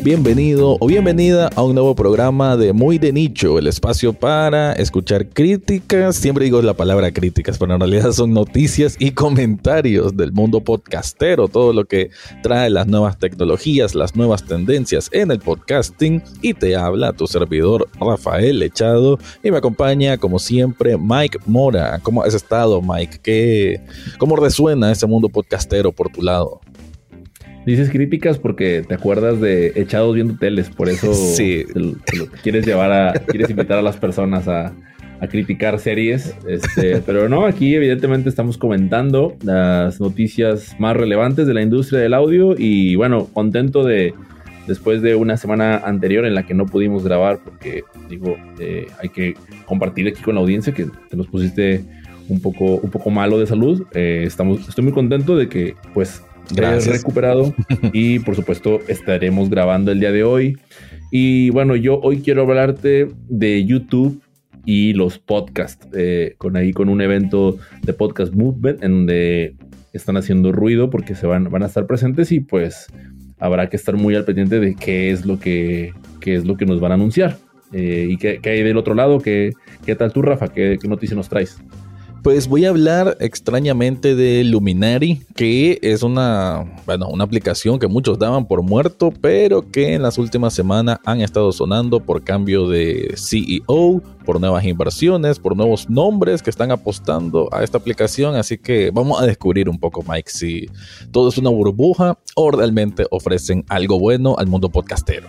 Bienvenido o bienvenida a un nuevo programa de Muy de Nicho, el espacio para escuchar críticas. Siempre digo la palabra críticas, pero en realidad son noticias y comentarios del mundo podcastero, todo lo que trae las nuevas tecnologías, las nuevas tendencias en el podcasting. Y te habla tu servidor Rafael Echado y me acompaña como siempre Mike Mora. ¿Cómo has estado, Mike? ¿Cómo resuena ese mundo podcastero por tu lado? Dices críticas porque te acuerdas de Echados viendo teles, por eso sí. quieres invitar a las personas a criticar series, pero no, aquí evidentemente estamos comentando las noticias más relevantes de la industria del audio y bueno, contento después de una semana anterior en la que no pudimos grabar porque hay que compartir aquí con la audiencia que te nos pusiste un poco malo de salud. Estoy muy contento de que pues gracias. Recuperado y por supuesto estaremos grabando el día de hoy. Y bueno, yo hoy quiero hablarte de YouTube y los podcasts, con un evento de Podcast Movement en donde están haciendo ruido porque van a estar presentes y pues habrá que estar muy al pendiente de qué es lo que nos van a anunciar. Y qué hay del otro lado. ¿Qué tal tú, Rafa? ¿Qué noticia nos traes? Pues voy a hablar extrañamente de Luminary, que es una aplicación que muchos daban por muerto, pero que en las últimas semanas han estado sonando por cambio de CEO, por nuevas inversiones, por nuevos nombres que están apostando a esta aplicación. Así que vamos a descubrir un poco, Mike, si todo es una burbuja o realmente ofrecen algo bueno al mundo podcastero.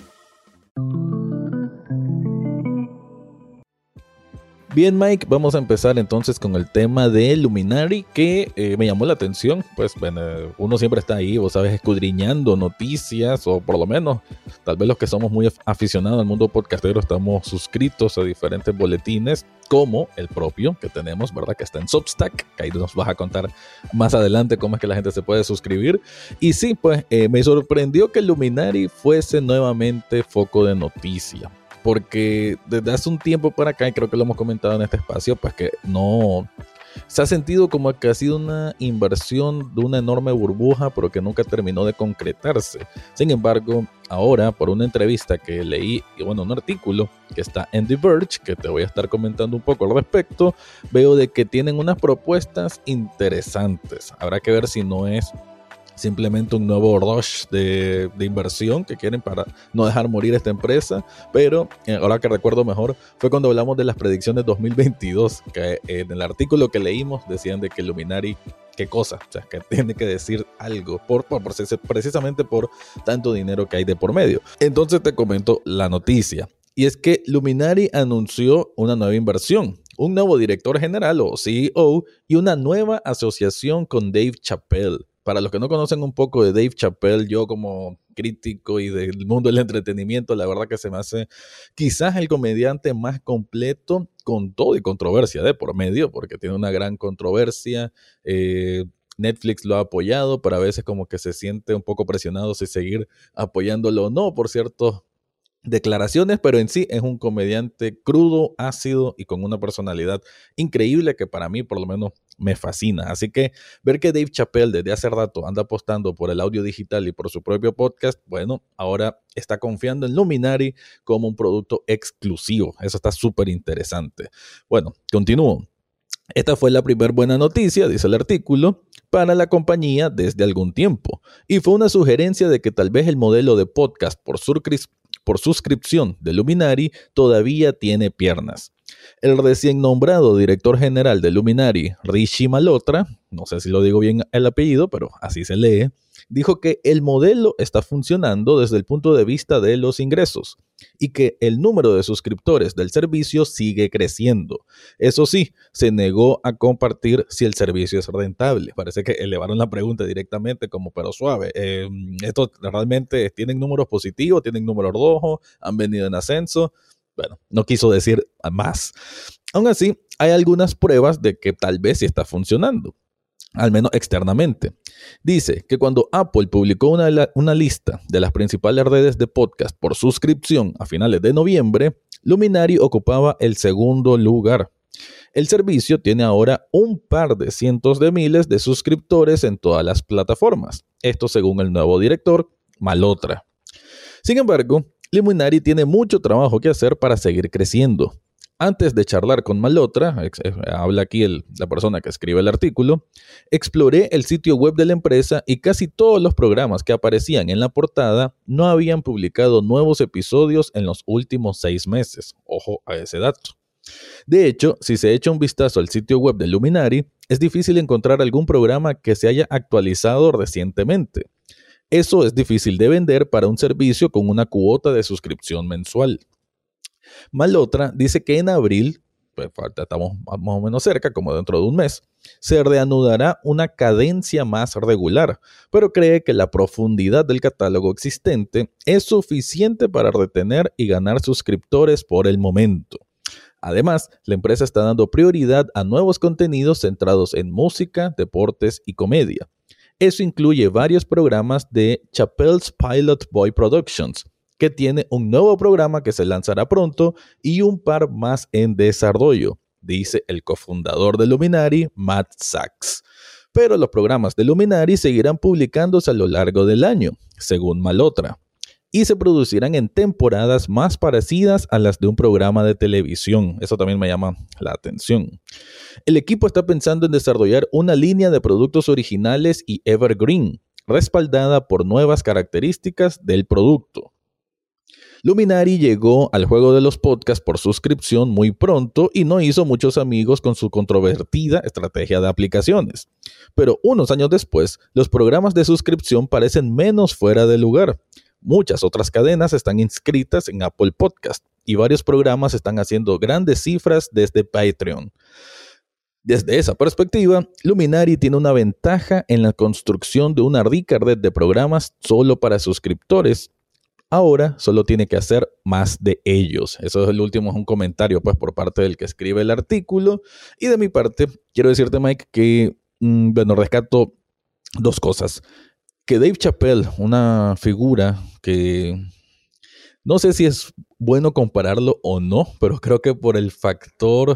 Bien, Mike, vamos a empezar entonces con el tema de Luminary, que me llamó la atención. Pues bueno, uno siempre está ahí, vos sabes, escudriñando noticias, o por lo menos, tal vez los que somos muy aficionados al mundo podcastero estamos suscritos a diferentes boletines, como el propio que tenemos, ¿verdad? Que está en Substack, que ahí nos vas a contar más adelante cómo es que la gente se puede suscribir. Y sí, pues me sorprendió que Luminary fuese nuevamente foco de noticia. Porque desde hace un tiempo para acá, y creo que lo hemos comentado en este espacio, pues que no se ha sentido como que ha sido una inversión de una enorme burbuja, pero que nunca terminó de concretarse. Sin embargo, ahora, por una entrevista que leí, y bueno, un artículo que está en The Verge, que te voy a estar comentando un poco al respecto, veo de que tienen unas propuestas interesantes. Habrá que ver si no es simplemente un nuevo rush de inversión que quieren para no dejar morir esta empresa, pero ahora que recuerdo mejor fue cuando hablamos de las predicciones 2022, que en el artículo que leímos decían de que Luminary, qué cosa, o sea, que tiene que decir algo precisamente por tanto dinero que hay de por medio. Entonces te comento la noticia, y es que Luminary anunció una nueva inversión, un nuevo director general o CEO y una nueva asociación con Dave Chappelle. Para los que no conocen un poco de Dave Chappelle, yo como crítico y del mundo del entretenimiento, la verdad que se me hace quizás el comediante más completo, con todo y controversia de por medio, porque tiene una gran controversia. Netflix lo ha apoyado, pero a veces como que se siente un poco presionado si seguir apoyándolo o no, por cierto, declaraciones, pero en sí es un comediante crudo, ácido y con una personalidad increíble que para mí por lo menos me fascina. Así que ver que Dave Chappelle desde hace rato anda apostando por el audio digital y por su propio podcast, bueno, ahora está confiando en Luminary como un producto exclusivo. Eso está súper interesante. Bueno, continúo. Esta fue la primera buena noticia, dice el artículo, para la compañía desde algún tiempo, y fue una sugerencia de que tal vez el modelo de podcast por suscripción de Luminary todavía tiene piernas. El recién nombrado director general de Luminary, Rishi Malhotra, no sé si lo digo bien el apellido, pero así se lee, dijo que el modelo está funcionando desde el punto de vista de los ingresos y que el número de suscriptores del servicio sigue creciendo. Eso sí, se negó a compartir si el servicio es rentable. Parece que elevaron la pregunta directamente como pero suave. ¿Esto realmente tienen números positivos, tienen números rojos, han venido en ascenso? Bueno, no quiso decir más. Aún así, hay algunas pruebas de que tal vez sí está funcionando, al menos externamente. Dice que cuando Apple publicó una lista de las principales redes de podcast por suscripción a finales de noviembre, Luminary ocupaba el segundo lugar. El servicio tiene ahora un par de cientos de miles de suscriptores en todas las plataformas. Esto según el nuevo director, Malhotra. Sin embargo, Luminary tiene mucho trabajo que hacer para seguir creciendo. Antes de charlar con Malotra, habla aquí la persona que escribe el artículo, exploré el sitio web de la empresa y casi todos los programas que aparecían en la portada no habían publicado nuevos episodios en los últimos 6 meses. Ojo a ese dato. De hecho, si se echa un vistazo al sitio web de Luminary, es difícil encontrar algún programa que se haya actualizado recientemente. Eso es difícil de vender para un servicio con una cuota de suscripción mensual. Malotra dice que en abril, pues estamos más o menos cerca, como dentro de un mes, se reanudará una cadencia más regular, pero cree que la profundidad del catálogo existente es suficiente para retener y ganar suscriptores por el momento. Además, la empresa está dando prioridad a nuevos contenidos centrados en música, deportes y comedia. Eso incluye varios programas de Chappelle's Pilot Boy Productions, que tiene un nuevo programa que se lanzará pronto y un par más en desarrollo, dice el cofundador de Luminary, Matt Sachs. Pero los programas de Luminary seguirán publicándose a lo largo del año, según Malotra, y se producirán en temporadas más parecidas a las de un programa de televisión. Eso también me llama la atención. El equipo está pensando en desarrollar una línea de productos originales y evergreen, respaldada por nuevas características del producto. Luminary llegó al juego de los podcasts por suscripción muy pronto y no hizo muchos amigos con su controvertida estrategia de aplicaciones. Pero unos años después, los programas de suscripción parecen menos fuera de lugar. Muchas otras cadenas están inscritas en Apple Podcast y varios programas están haciendo grandes cifras desde Patreon. Desde esa perspectiva, Luminary tiene una ventaja en la construcción de una rica red de programas solo para suscriptores. Ahora solo tiene que hacer más de ellos. Eso es el último, es un comentario pues por parte del que escribe el artículo. Y de mi parte, quiero decirte, Mike, que rescato 2 cosas. Que Dave Chappelle, una figura que no sé si es bueno compararlo o no, pero creo que por el factor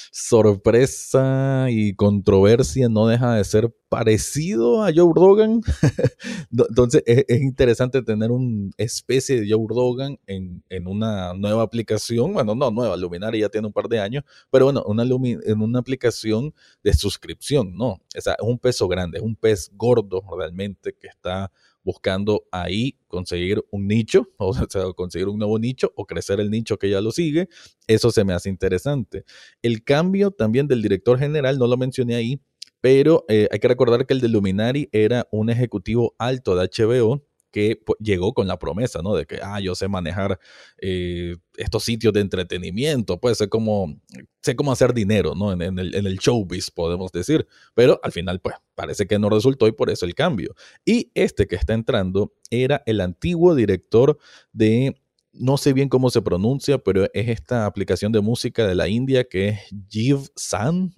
sorpresa y controversia no deja de ser parecido a Joe Rogan. Entonces es interesante tener una especie de Joe Rogan en una nueva aplicación. Bueno, no nueva, Luminary ya tiene un par de años, pero bueno, en una aplicación de suscripción, ¿no? O sea, es un peso grande, es un pez gordo realmente que está buscando ahí conseguir un nicho, o sea, conseguir un nuevo nicho o crecer el nicho que ya lo sigue. Eso se me hace interesante. El cambio también del director general, no lo mencioné ahí, pero hay que recordar que el de Luminary era un ejecutivo alto de HBO que llegó con la promesa, ¿no? De que, yo sé manejar estos sitios de entretenimiento, pues sé cómo hacer dinero, ¿no? En el showbiz, podemos decir. Pero al final, pues, parece que no resultó y por eso el cambio. Y este que está entrando era el antiguo director de, no sé bien cómo se pronuncia, pero es esta aplicación de música de la India que es Jiv.San,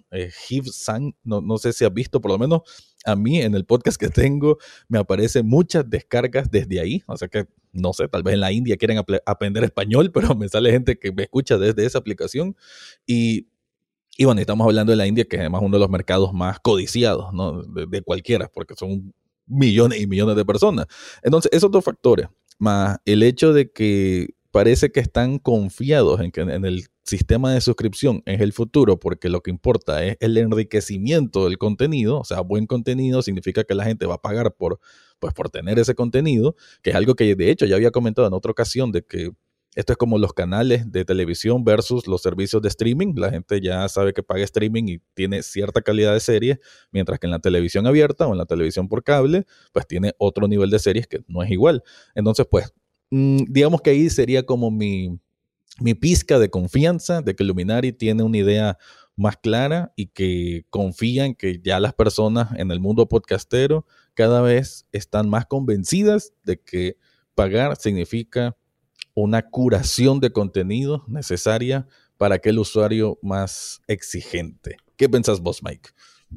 no sé si has visto, por lo menos a mí en el podcast que tengo me aparecen muchas descargas desde ahí, o sea que no sé, tal vez en la India quieren aprender español, pero me sale gente que me escucha desde esa aplicación y bueno, estamos hablando de la India, que es además uno de los mercados más codiciados, ¿no? de cualquiera, porque son millones y millones de personas. Entonces, esos 2 factores, más el hecho de que parece que están confiados en que en el sistema de suscripción es el futuro, porque lo que importa es el enriquecimiento del contenido. O sea, buen contenido significa que la gente va a pagar por tener ese contenido, que es algo que de hecho ya había comentado en otra ocasión, de que esto es como los canales de televisión versus los servicios de streaming. La gente ya sabe que paga streaming y tiene cierta calidad de series, mientras que en la televisión abierta o en la televisión por cable, pues tiene otro nivel de series que no es igual. Entonces, pues, digamos que ahí sería como mi pizca de confianza de que Luminary tiene una idea más clara y que confían que ya las personas en el mundo podcastero cada vez están más convencidas de que pagar significa una curación de contenido necesaria para aquel usuario más exigente. ¿Qué pensás vos, Mike?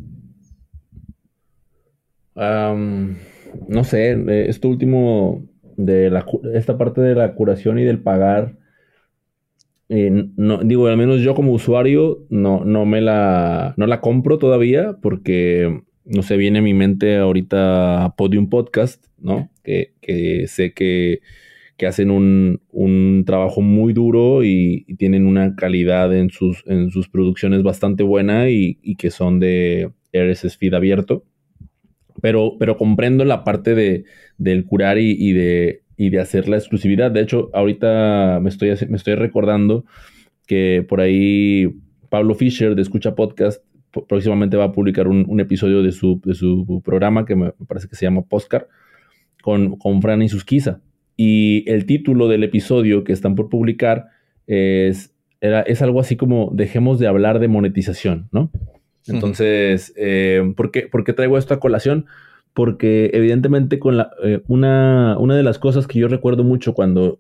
No sé, esto último esta parte de la curación y del pagar, no, digo, al menos yo como usuario no la compro todavía porque, no sé, viene a mi mente ahorita Podium Podcast, ¿no? Que sé que que hacen un trabajo muy duro y tienen una calidad en sus producciones bastante buena y que son de RSS feed abierto. Pero comprendo la parte del curar y de hacer la exclusividad. De hecho, ahorita me estoy recordando que por ahí Pablo Fischer de Escucha Podcast próximamente va a publicar un episodio de su programa que me parece que se llama Postcar con Fran y Susquiza. Y el título del episodio que están por publicar es algo así como dejemos de hablar de monetización, ¿no? Entonces, ¿por qué traigo esto a colación? Porque evidentemente con una de las cosas que yo recuerdo mucho cuando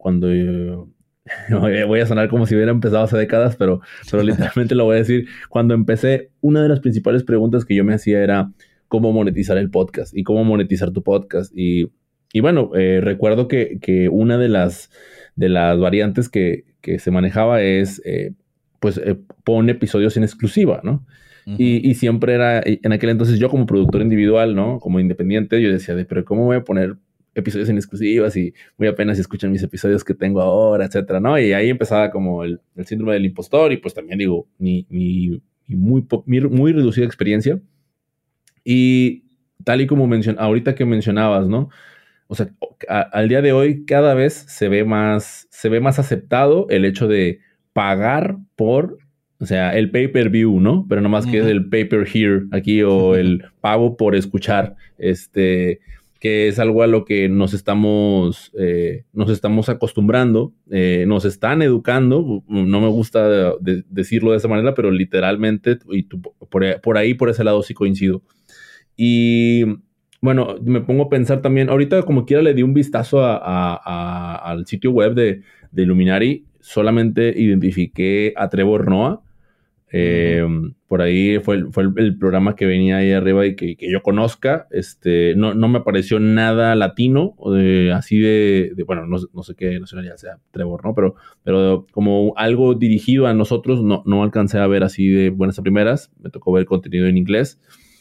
voy a sonar como si hubiera empezado hace décadas, pero literalmente lo voy a decir. Cuando empecé, una de las principales preguntas que yo me hacía era cómo monetizar el podcast y cómo monetizar tu podcast. Y bueno, recuerdo que una de las variantes que se manejaba es, pon episodios en exclusiva, ¿no? Y siempre era, en aquel entonces yo como productor individual, ¿no? Como independiente, yo decía, pero ¿cómo voy a poner episodios en exclusivas y muy apenas si escuchan mis episodios que tengo ahora, etcétera, ¿no? Y ahí empezaba como el síndrome del impostor y pues también digo, mi muy reducida experiencia. Y tal y como ahorita que mencionabas, ¿no? O sea, al día de hoy cada vez se ve más aceptado el hecho de pagar por, o sea, el pay-per-view, ¿no? Pero nomás que es el pay-per-hear aquí o el pago por escuchar, que es algo a lo que nos estamos acostumbrando, nos están educando, no me gusta decirlo de esa manera, pero literalmente, y por ahí, por ese lado sí coincido. Y bueno, me pongo a pensar también, ahorita como quiera le di un vistazo al sitio web de Illuminari, solamente identifiqué a Trevor Noah. Por ahí fue el programa que venía ahí arriba y que yo conozca. No me pareció nada latino, así bueno, no sé qué nacionalidad sea Trevor, ¿no? Pero como algo dirigido a nosotros, no alcancé a ver así de buenas a primeras. Me tocó ver contenido en inglés.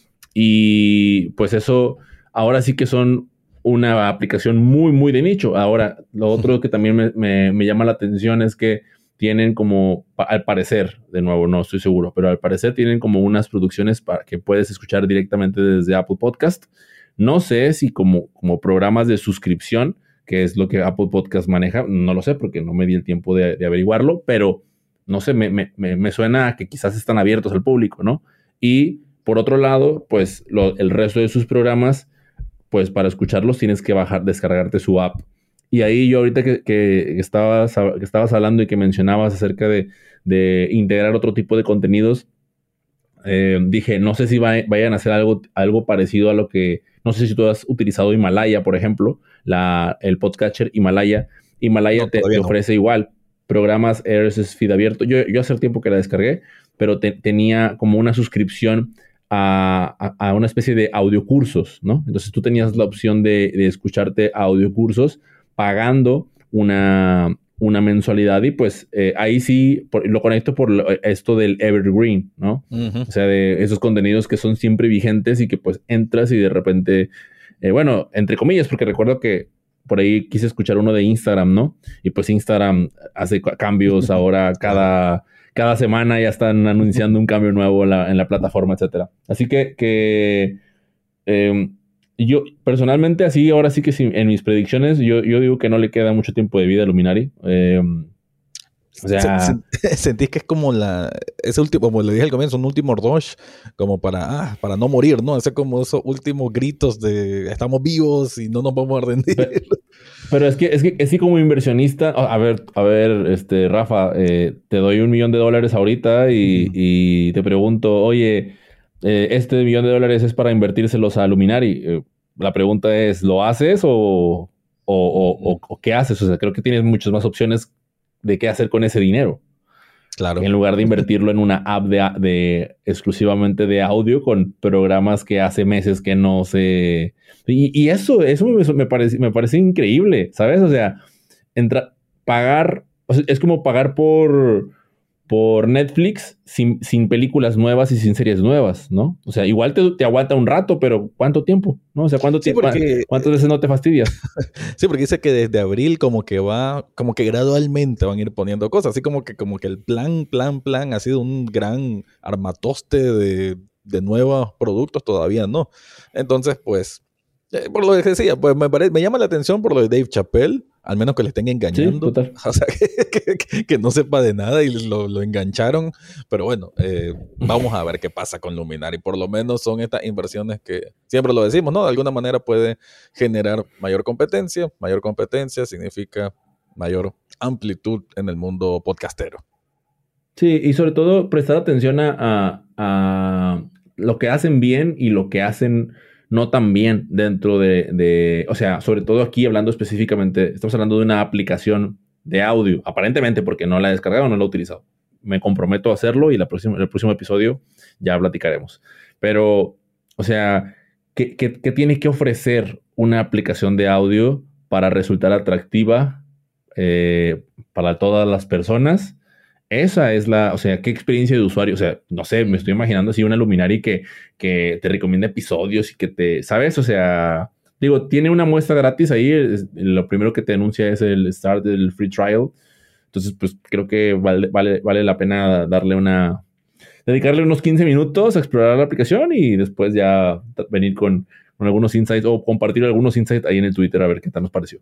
Y pues eso, ahora sí que son una aplicación muy, muy de nicho. Ahora, lo otro que también me llama la atención es que tienen como, al parecer, de nuevo, no estoy seguro, pero al parecer tienen como unas producciones para que puedes escuchar directamente desde Apple Podcast. No sé si como programas de suscripción, que es lo que Apple Podcast maneja, no lo sé porque no me di el tiempo de averiguarlo, pero no sé, me suena a que quizás están abiertos al público, ¿no? Y por otro lado, pues el resto de sus programas, pues para escucharlos tienes que descargarte su app. Y ahí yo ahorita que estabas hablando y que mencionabas acerca de integrar otro tipo de contenidos, dije, no sé si vayan a hacer algo parecido a lo que, no sé si tú has utilizado Himalaya, por ejemplo, el podcatcher Himalaya. Himalaya no, te ofrece igual programas RSS feed abierto. Yo hace tiempo que la descargué, pero tenía como una suscripción a una especie de audiocursos, ¿no? Entonces tú tenías la opción de escucharte audiocursos pagando una mensualidad y pues ahí sí lo conecto por esto del evergreen, ¿no? O sea, de esos contenidos que son siempre vigentes y que pues entras y de repente, bueno, entre comillas, porque recuerdo que por ahí quise escuchar uno de Instagram, ¿no? Y pues Instagram hace cambios ahora cada semana ya están anunciando un cambio nuevo en la plataforma, etcétera. Así que yo personalmente, así ahora sí que en mis predicciones, yo digo que no le queda mucho tiempo de vida a Luminari. O sea, sentís que es como ese último, como le dije al comienzo, un último rush, como para no morir, ¿no? Ese como esos últimos gritos de estamos vivos y no nos vamos a rendir. Pero es que como inversionista, a ver, Rafa, te doy $1 millón ahorita y te pregunto, oye, este $1 millón es para invertírselos a Luminari. La pregunta es, ¿lo haces o qué haces? O sea, creo que tienes muchas más opciones de qué hacer con ese dinero. Claro. En lugar de invertirlo en una app exclusivamente de audio con programas que hace meses que no se... Y eso me parece increíble, ¿sabes? O sea, pagar... O sea, es como pagar por por Netflix sin películas nuevas y sin series nuevas, ¿no? O sea, igual te aguanta un rato, pero ¿cuánto tiempo? ¿No? O sea, Sí, ¿cuántas veces no te fastidias? sí, porque dice que desde abril como que gradualmente van a ir poniendo cosas, así como que el plan ha sido un gran armatoste de nuevos productos, todavía no. Entonces, pues, por lo que decía, pues me llama la atención por lo de Dave Chappelle, al menos que le estén Sí, engañando, total. o sea, que no sepa de nada y lo engancharon, pero bueno, vamos a ver qué pasa con Luminary. Por lo menos son estas inversiones que siempre lo decimos, ¿no? De alguna manera puede generar mayor competencia significa mayor amplitud en el mundo podcastero. Sí, y sobre todo prestar atención a lo que hacen bien y lo que hacen no tan bien dentro o sea, sobre todo aquí hablando específicamente, estamos hablando de una aplicación de audio, aparentemente porque no la he descargado, no la he utilizado. Me comprometo a hacerlo y el próximo episodio ya platicaremos. Pero, o sea, ¿qué tiene que ofrecer una aplicación de audio para resultar atractiva para todas las personas? Esa es o sea, qué experiencia de usuario. O sea, no sé, me estoy imaginando así una Luminary que te recomienda episodios y que ¿sabes? O sea, digo, tiene una muestra gratis ahí. Lo primero que te anuncia es el start del free trial. Entonces, pues creo que vale la pena dedicarle unos 15 minutos a explorar la aplicación y después ya venir con algunos insights o compartir algunos insights ahí en el Twitter a ver qué tal nos pareció.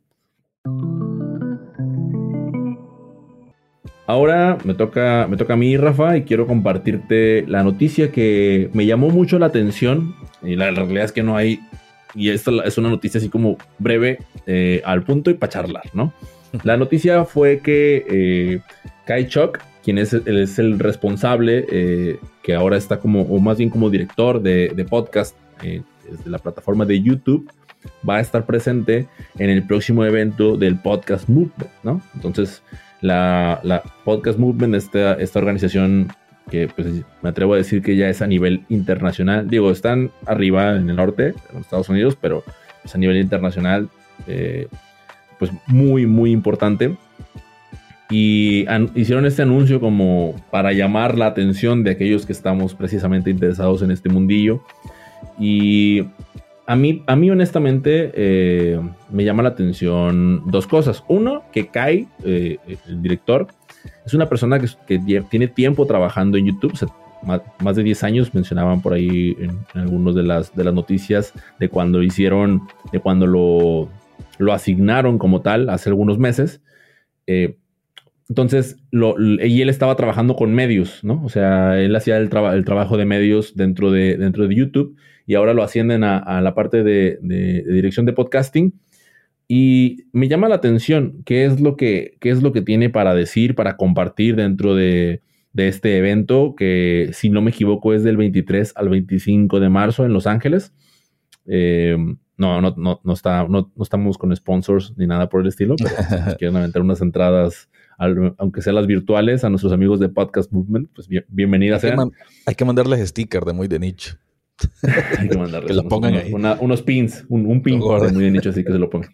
Ahora me toca a mí, Rafa, y quiero compartirte la noticia que me llamó mucho la atención. Y la realidad es que no hay, y esta es una noticia así como breve, al punto y para charlar, ¿no? La noticia fue que Kai Chok, quien es el responsable, que ahora está o más bien como director de podcast desde la plataforma de YouTube, va a estar presente en el próximo evento del Podcast Movement, ¿no? Entonces, la Podcast Movement, esta organización que pues, me atrevo a decir que ya es a nivel internacional. Digo, están arriba en el norte, en los Estados Unidos, pero es a nivel internacional, pues muy, muy importante. Y hicieron este anuncio como para llamar la atención de aquellos que estamos precisamente interesados en este mundillo. Y a mí honestamente, me llama la atención dos cosas. Uno, que Kai, el director, es una persona que tiene tiempo trabajando en YouTube. O sea, más de 10 años, mencionaban por ahí en algunas de las noticias de cuando lo asignaron como tal hace algunos meses. Entonces, y él estaba trabajando con medios, ¿no? O sea, él hacía el trabajo de medios dentro de YouTube y ahora lo ascienden a la parte de dirección de podcasting. Y me llama la atención qué es lo que tiene para decir, para compartir dentro de este evento, que si no me equivoco es del 23 al 25 de marzo en Los Ángeles. No estamos con sponsors ni nada por el estilo, pero si nos quieren aventar unas entradas, aunque sean las virtuales, a nuestros amigos de Podcast Movement, pues bienvenidas sean. Hay que mandarles stickers de muy de nicho. Hay que mandarles que los pongan ahí. Unos pins, un pin de muy de nicho, así que se lo pongan.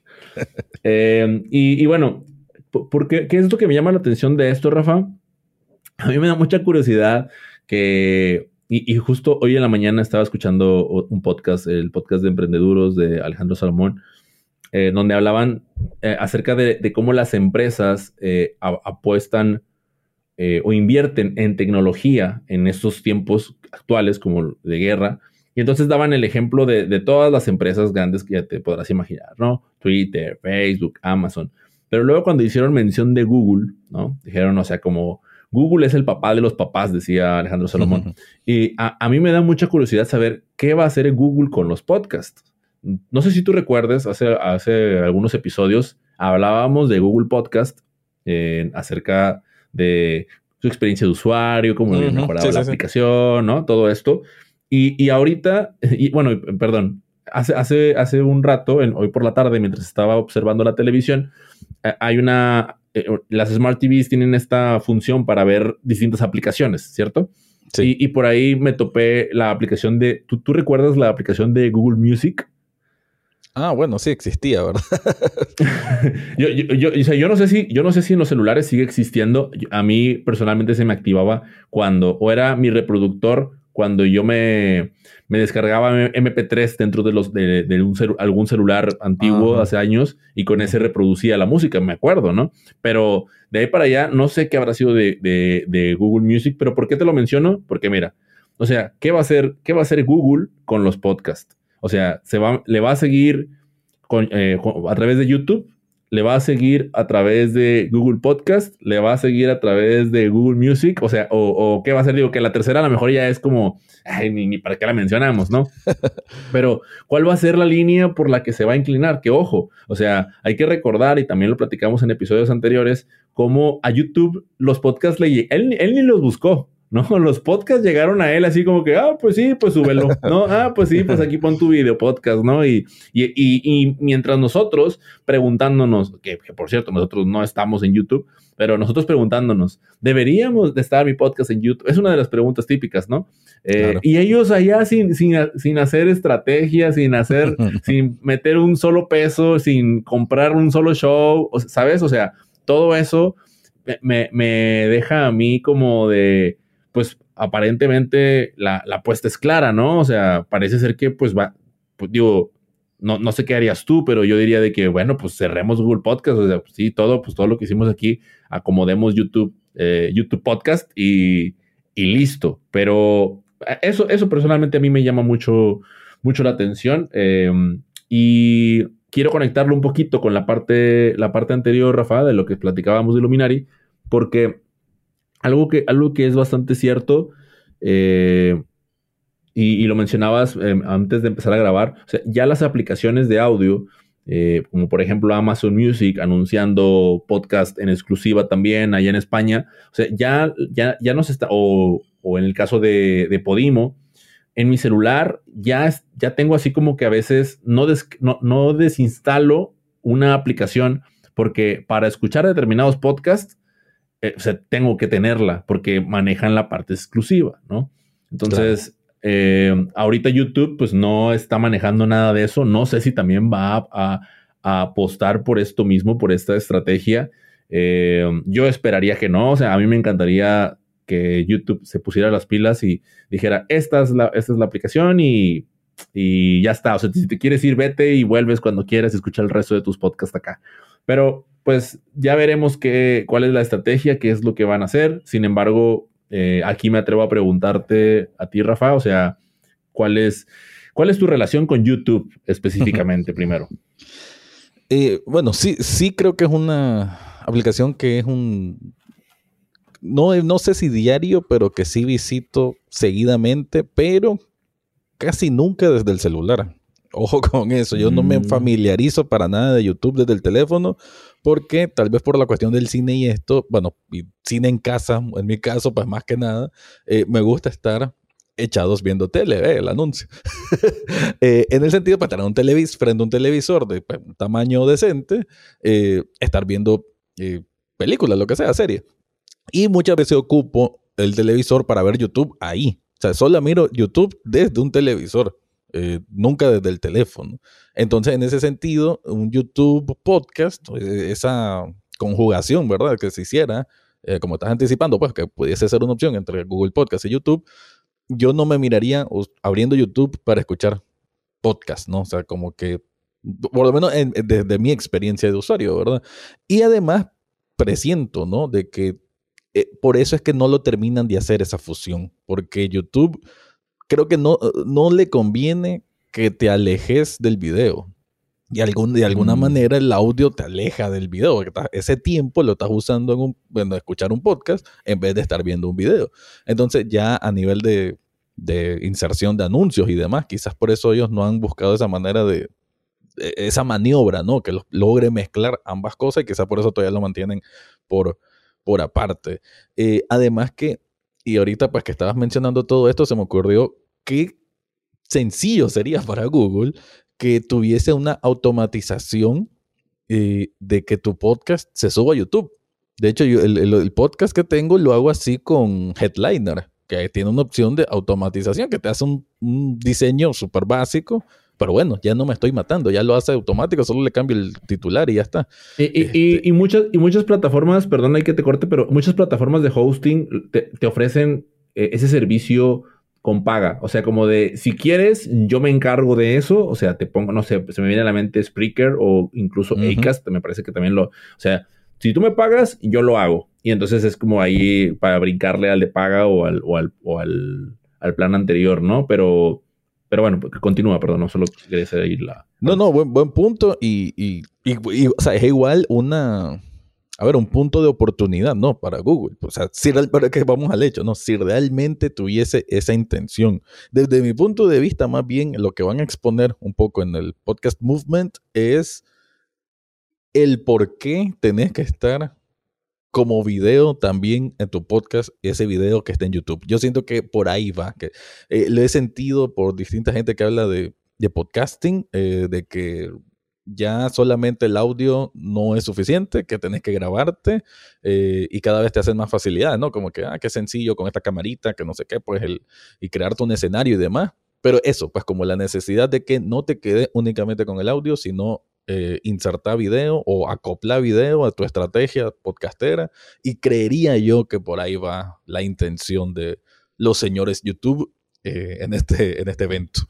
Y bueno, ¿qué es lo que me llama la atención de esto, Rafa? A mí me da mucha curiosidad y justo hoy en la mañana estaba escuchando un podcast, el podcast de Emprendeduros de Alejandro Salomón, donde hablaban acerca de cómo las empresas apuestan o invierten en tecnología en estos tiempos actuales como de guerra. Y entonces daban el ejemplo de todas las empresas grandes que ya te podrás imaginar, ¿no? Twitter, Facebook, Amazon. Pero luego cuando hicieron mención de Google, ¿no? Dijeron, o sea, como Google es el papá de los papás, decía Alejandro Salomón. Uh-huh. Y a mí me da mucha curiosidad saber qué va a hacer Google con los podcasts. No sé si tú recuerdes, hace algunos episodios hablábamos de Google Podcast acerca de su experiencia de usuario, cómo había mejorado la aplicación, ¿no? Todo esto. Y ahorita, perdón, hace un rato, hoy por la tarde, mientras estaba observando la televisión, hay las Smart TVs tienen esta función para ver distintas aplicaciones, ¿cierto? Sí. Y por ahí me topé la aplicación ¿tú recuerdas la aplicación de Google Music? Ah, bueno, sí existía, ¿verdad? O sea, yo no sé si en los celulares sigue existiendo. A mí personalmente se me activaba cuando, o era mi reproductor, cuando yo me descargaba MP3 dentro de algún celular antiguo Ajá. hace años y con ese reproducía la música, me acuerdo, ¿no? Pero de ahí para allá, no sé qué habrá sido de Google Music, pero ¿por qué te lo menciono? Porque mira, o sea, qué va a hacer Google con los podcasts? O sea, le va a seguir a través de YouTube, le va a seguir a través de Google Podcast, le va a seguir a través de Google Music, o sea, o qué va a hacer, digo, que la tercera a lo mejor ya es como, ay, ni para qué la mencionamos, ¿no? Pero, ¿cuál va a ser la línea por la que se va a inclinar? Que ojo, o sea, hay que recordar, y también lo platicamos en episodios anteriores, cómo a YouTube los podcasts, él ni los buscó, ¿no? Los podcasts llegaron a él así como que, pues sí, pues súbelo, ¿no? Pues sí, pues aquí pon tu video podcast, ¿no? Y mientras nosotros preguntándonos, que por cierto, nosotros no estamos en YouTube, pero nosotros preguntándonos, ¿deberíamos de estar mi podcast en YouTube? Es una de las preguntas típicas, ¿no? Claro. Y ellos allá sin hacer estrategia, sin meter un solo peso, sin comprar un solo show, ¿sabes? O sea, todo eso me deja a mí como de, pues aparentemente la apuesta es clara, ¿no? O sea, parece ser que pues va, pues digo, no sé qué harías tú, pero yo diría de que, bueno, pues cerremos Google Podcast, o sea, pues, sí, pues todo lo que hicimos aquí, acomodemos YouTube Podcast y listo. Pero eso personalmente a mí me llama mucho la atención y quiero conectarlo un poquito con la parte anterior, Rafa, de lo que platicábamos de Luminary, porque algo que es bastante cierto, y lo mencionabas antes de empezar a grabar, o sea, ya las aplicaciones de audio, como por ejemplo Amazon Music anunciando podcast en exclusiva también allá en España, o sea, ya nos está, o en el caso de Podimo, en mi celular ya tengo así como que a veces no desinstalo una aplicación porque para escuchar determinados podcasts, o sea, tengo que tenerla porque manejan la parte exclusiva, ¿no? Entonces, ahorita YouTube pues no está manejando nada de eso. No sé si también va a apostar por esto mismo, por esta estrategia. Yo esperaría que no. O sea, a mí me encantaría que YouTube se pusiera las pilas y dijera, esta es la aplicación y ya está. O sea, si te quieres ir, vete y vuelves cuando quieras y escuchar el resto de tus podcasts acá. Pero pues ya veremos cuál es la estrategia, qué es lo que van a hacer. Sin embargo, aquí me atrevo a preguntarte a ti, Rafa, o sea, ¿cuál es tu relación con YouTube específicamente primero? Bueno, sí creo que es una aplicación que es no sé si diario, pero que sí visito seguidamente, pero casi nunca desde el celular. Ojo con eso, yo no me familiarizo para nada de YouTube desde el teléfono, porque tal vez por la cuestión del cine y esto, bueno, y cine en casa, en mi caso, pues más que nada, me gusta estar echados viendo tele, el anuncio. En el sentido, para tener frente a un televisor de pues, tamaño decente, estar viendo películas, lo que sea, serie. Y muchas veces ocupo el televisor para ver YouTube ahí. O sea, solo miro YouTube desde un televisor, nunca desde el teléfono. Entonces, en ese sentido, un YouTube podcast, esa conjugación, ¿verdad? Que se hiciera, como estás anticipando, pues que pudiese ser una opción entre Google Podcast y YouTube, yo no me miraría abriendo YouTube para escuchar podcast, ¿no? O sea, como que, por lo menos desde mi experiencia de usuario, ¿verdad? Y además, presiento, ¿no? De que por eso es que no lo terminan de hacer esa fusión, porque YouTube creo que no le conviene que te alejes del video. Y de alguna manera el audio te aleja del video. Ese tiempo lo estás usando en escuchar un podcast en vez de estar viendo un video. Entonces ya a nivel de inserción de anuncios y demás, quizás por eso ellos no han buscado esa manera esa maniobra, ¿no? Que logre mezclar ambas cosas y quizás por eso todavía lo mantienen por aparte. Además y ahorita pues que estabas mencionando todo esto, se me ocurrió qué sencillo sería para Google que tuviese una automatización de que tu podcast se suba a YouTube. De hecho, yo, el podcast que tengo lo hago así con Headliner, que tiene una opción de automatización que te hace un diseño súper básico Pero bueno, ya no me estoy matando, ya lo hace automático, solo le cambio el titular y ya está. Y muchas plataformas, perdón, hay que te corte, pero muchas plataformas de hosting te ofrecen ese servicio con paga. O sea, como de, si quieres, yo me encargo de eso. O sea, te pongo, no sé, se me viene a la mente Spreaker o incluso Acast, me parece que también o sea, si tú me pagas, yo lo hago. Y entonces es como ahí para brincarle al de paga o al plan anterior, ¿no? Pero bueno, continúa, perdón, no solo quería hacer ahí la... No, buen punto. Y o sea, es igual un punto de oportunidad, ¿no? Para Google. O sea, para que vamos al hecho, ¿no? Si realmente tuviese esa intención. Desde mi punto de vista, más bien, lo que van a exponer un poco en el Podcast Movement es el por qué tenés que estar como video también en tu podcast, ese video que está en YouTube. Yo siento que por ahí va. Que, lo he sentido por distinta gente que habla de podcasting, de que ya solamente el audio no es suficiente, que tenés que grabarte y cada vez te hacen más facilidades, ¿no? Como que, qué sencillo con esta camarita, que no sé qué, pues y crearte un escenario y demás. Pero eso, pues como la necesidad de que no te quedes únicamente con el audio, sino insertar video o acoplar video a tu estrategia podcastera, y creería yo que por ahí va la intención de los señores YouTube en este evento.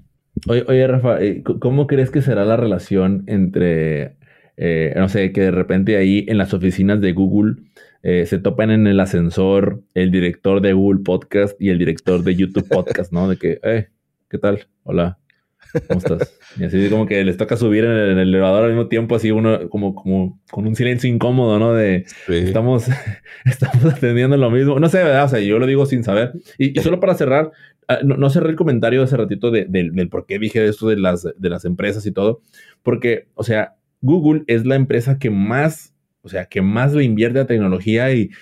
Oye, Rafa, ¿cómo crees que será la relación entre, no sé, que de repente ahí en las oficinas de Google se topan en el ascensor el director de Google Podcast y el director de YouTube Podcast, ¿no? De que, ¿qué tal? Hola, ¿cómo estás? Y así como que les toca subir en el elevador al mismo tiempo, así uno como con un silencio incómodo, ¿no? De sí. estamos atendiendo lo mismo. No sé, ¿verdad? O sea, yo lo digo sin saber. Y solo para cerrar, no cerré el comentario hace ratito del por qué dije esto de las empresas y todo. Porque, o sea, Google es la empresa que más le invierte a tecnología y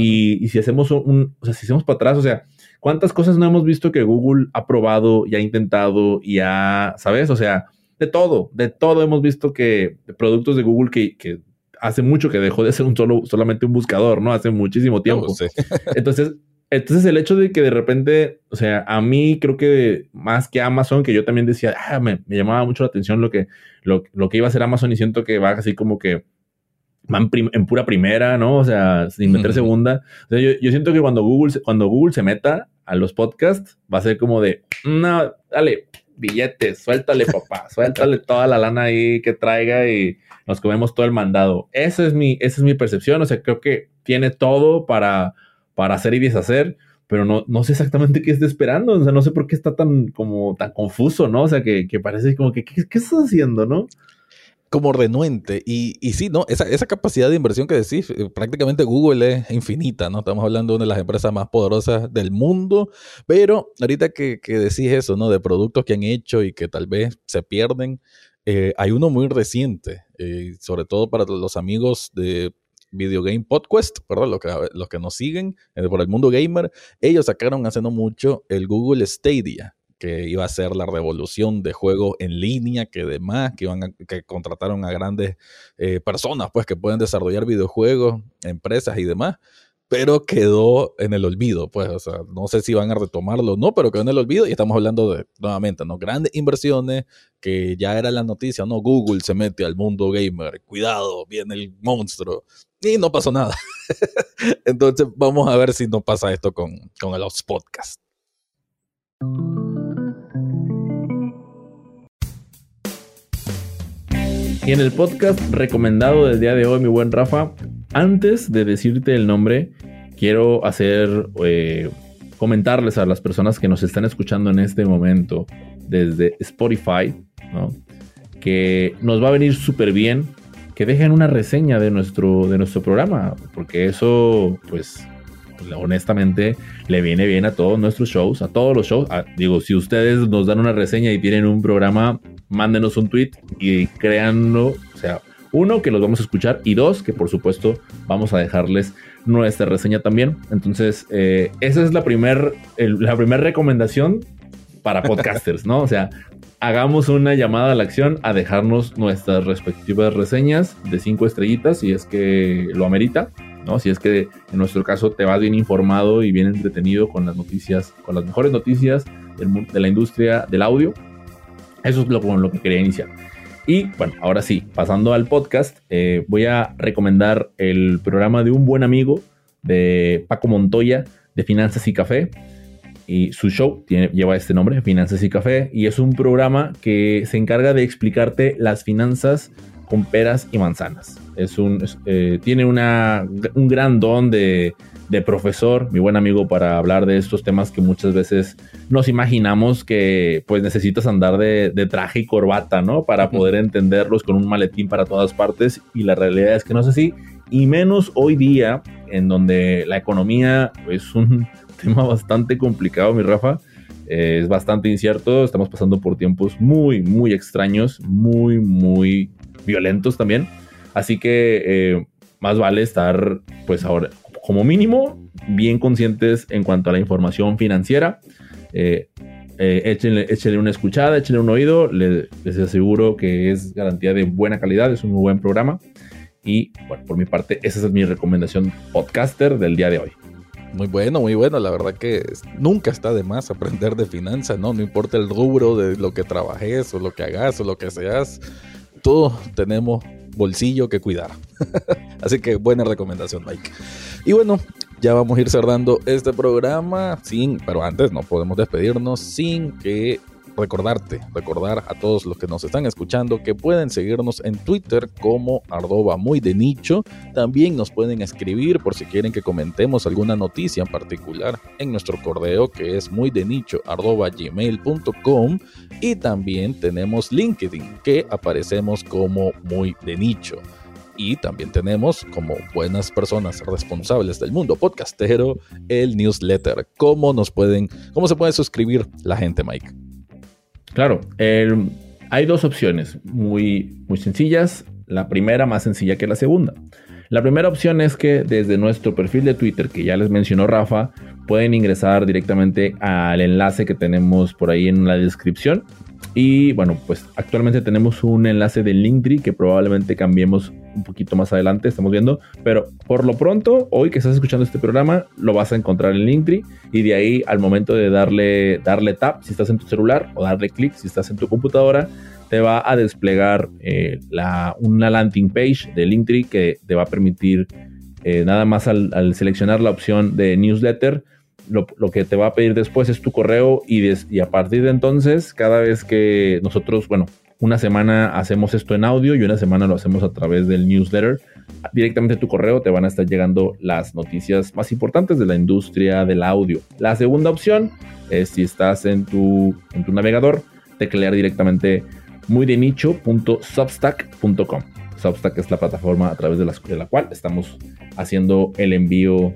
si hacemos si hacemos para atrás, o sea, ¿cuántas cosas no hemos visto que Google ha probado y ha intentado y ¿sabes? O sea, de todo hemos visto que productos de Google que hace mucho que dejó de ser solamente un buscador, ¿no? Hace muchísimo tiempo. Sí. Entonces el hecho de que de repente, o sea, a mí creo que más que Amazon, que yo también decía, me llamaba mucho la atención lo que iba a hacer Amazon, y siento que va así como que van en pura primera, ¿no? O sea, sin meter segunda. O sea, yo siento que cuando Google se meta a los podcasts, va a ser como de, no, dale, billetes, suéltale, papá, suéltale toda la lana ahí que traiga y nos comemos todo el mandado. Esa es mi percepción. O sea, creo que tiene todo para hacer y deshacer, pero no sé exactamente qué está esperando. O sea, no sé por qué está tan confuso, ¿no? O sea, que parece como que, ¿qué estás haciendo, no? Como renuente. Y sí, ¿no? Esa capacidad de inversión que decís, prácticamente Google es infinita, ¿no? Estamos hablando de una de las empresas más poderosas del mundo, pero ahorita que decís eso, ¿no? De productos que han hecho y que tal vez se pierden, hay uno muy reciente, sobre todo para los amigos de Video Game Podcast, ¿verdad? Los que nos siguen por el mundo gamer, ellos sacaron hace no mucho el Google Stadia, que iba a ser la revolución de juegos en línea, que contrataron a grandes personas, pues, que pueden desarrollar videojuegos, empresas y demás, pero quedó en el olvido, pues, o sea, no sé si van a retomarlo o no, pero quedó en el olvido, y estamos hablando de, nuevamente, ¿no? Grandes inversiones, que ya era la noticia, ¿no? Google se mete al mundo gamer, cuidado, viene el monstruo, y no pasó nada. Entonces, vamos a ver si no pasa esto con los podcasts. Y en el podcast recomendado del día de hoy, mi buen Rafa, antes de decirte el nombre, quiero comentarles a las personas que nos están escuchando en este momento desde Spotify, ¿no? Que nos va a venir súper bien que dejen una reseña de nuestro programa, porque eso, pues, honestamente, le viene bien a todos nuestros shows, a todos los shows. Digo, si ustedes nos dan una reseña y tienen un programa, mándenos un tweet y créanlo, o sea, uno, que los vamos a escuchar, y dos, que por supuesto vamos a dejarles nuestra reseña también. Entonces, esa es la primera recomendación para podcasters, ¿no? O sea, hagamos una llamada a la acción a dejarnos nuestras respectivas reseñas de 5 estrellitas, si es que lo amerita, ¿no? Si es que en nuestro caso te vas bien informado y bien entretenido con las noticias, con las mejores noticias de la industria del audio. Eso es con lo que quería iniciar. Y bueno, ahora sí, pasando al podcast, voy a recomendar el programa de un buen amigo de Paco Montoya, de Finanzas y Café. Y su show lleva este nombre, Finanzas y Café, y es un programa que se encarga de explicarte las finanzas con peras y manzanas. Tiene un gran don de profesor, mi buen amigo, para hablar de estos temas que muchas veces nos imaginamos que pues necesitas andar de traje y corbata, ¿no? Para poder entenderlos, con un maletín para todas partes, y la realidad es que no es así, y menos hoy día, en donde la economía es un tema bastante complicado, mi Rafa. Es bastante incierto, estamos pasando por tiempos muy, muy extraños, muy, muy violentos también. Así que más vale estar, pues ahora, como mínimo, bien conscientes en cuanto a la información financiera. Échenle una escuchada, échenle un oído. Les aseguro que es garantía de buena calidad, es un muy buen programa. Y bueno, por mi parte, esa es mi recomendación podcaster del día de hoy. Muy bueno, la verdad que nunca está de más aprender de finanzas, ¿no? No importa el rubro de lo que trabajes o lo que hagas o lo que seas, todos tenemos bolsillo que cuidar. Así que buena recomendación, Mike. Y bueno, ya vamos a ir cerrando este programa, pero antes no podemos despedirnos sin que recordar a todos los que nos están escuchando que pueden seguirnos en Twitter como @muydenicho. También nos pueden escribir por si quieren que comentemos alguna noticia en particular en nuestro correo, que es muydenicho@gmail.com, y también tenemos LinkedIn, que aparecemos como Muy de Nicho. Y también tenemos, como buenas personas responsables del mundo podcastero, el newsletter. ¿Cómo se puede suscribir la gente, Mike? Claro, hay dos opciones muy, muy sencillas. La primera más sencilla que la segunda. La primera opción es que desde nuestro perfil de Twitter, que ya les mencionó Rafa, pueden ingresar directamente al enlace que tenemos por ahí en la descripción. Y bueno, pues actualmente tenemos un enlace de Linktree que probablemente cambiemos un poquito más adelante, estamos viendo. Pero por lo pronto, hoy que estás escuchando este programa, lo vas a encontrar en Linktree. Y de ahí, al momento de darle tap si estás en tu celular, o darle clic si estás en tu computadora, te va a desplegar una landing page de Linktree que te va a permitir, nada más al seleccionar la opción de newsletter, lo que te va a pedir después es tu correo, y a partir de entonces, cada vez que nosotros, una semana hacemos esto en audio y una semana lo hacemos a través del newsletter, directamente a tu correo te van a estar llegando las noticias más importantes de la industria del audio. La segunda opción es, si estás en tu navegador, teclear directamente muydenicho.substack.com. Substack es la plataforma a través de la cual estamos haciendo el envío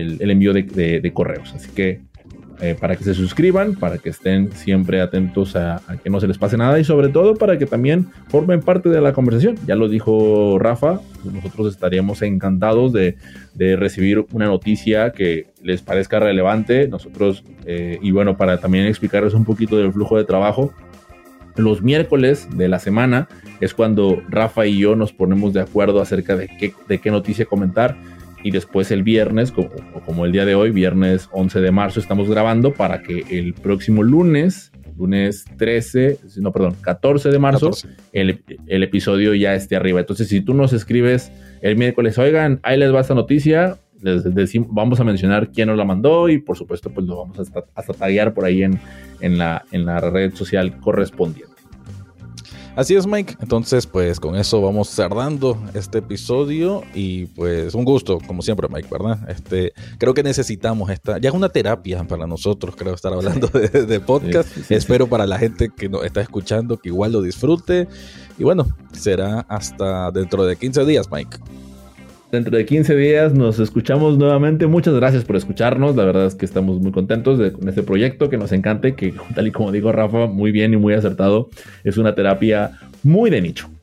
de correos. Así que para que se suscriban, para que estén siempre atentos a que no se les pase nada, y sobre todo para que también formen parte de la conversación. Ya lo dijo Rafa, nosotros estaríamos encantados de recibir una noticia que les parezca relevante. Nosotros, y bueno, para también explicarles un poquito del flujo de trabajo, los miércoles de la semana es cuando Rafa y yo nos ponemos de acuerdo acerca de qué noticia comentar, y después el viernes, como el día de hoy, viernes 11 de marzo, estamos grabando para que el próximo lunes 14 de marzo, 14. El episodio ya esté arriba. Entonces, si tú nos escribes el miércoles, oigan, ahí les va esta noticia, les decimos, vamos a mencionar quién nos la mandó, y por supuesto pues lo vamos hasta taguear por ahí en la red social correspondiente. Así es, Mike. Entonces, pues con eso vamos cerrando este episodio, y pues un gusto, como siempre, Mike, ¿verdad? Creo que necesitamos ya es una terapia para nosotros, creo, estar hablando de podcast. Sí. Espero para la gente que nos está escuchando que igual lo disfrute. Y bueno, será hasta dentro de 15 días, Mike. Dentro de 15 días nos escuchamos nuevamente. Muchas gracias por escucharnos. La verdad es que estamos muy contentos con este proyecto, que nos encanta, que tal y como dijo Rafa, muy bien y muy acertado, es una terapia muy de nicho.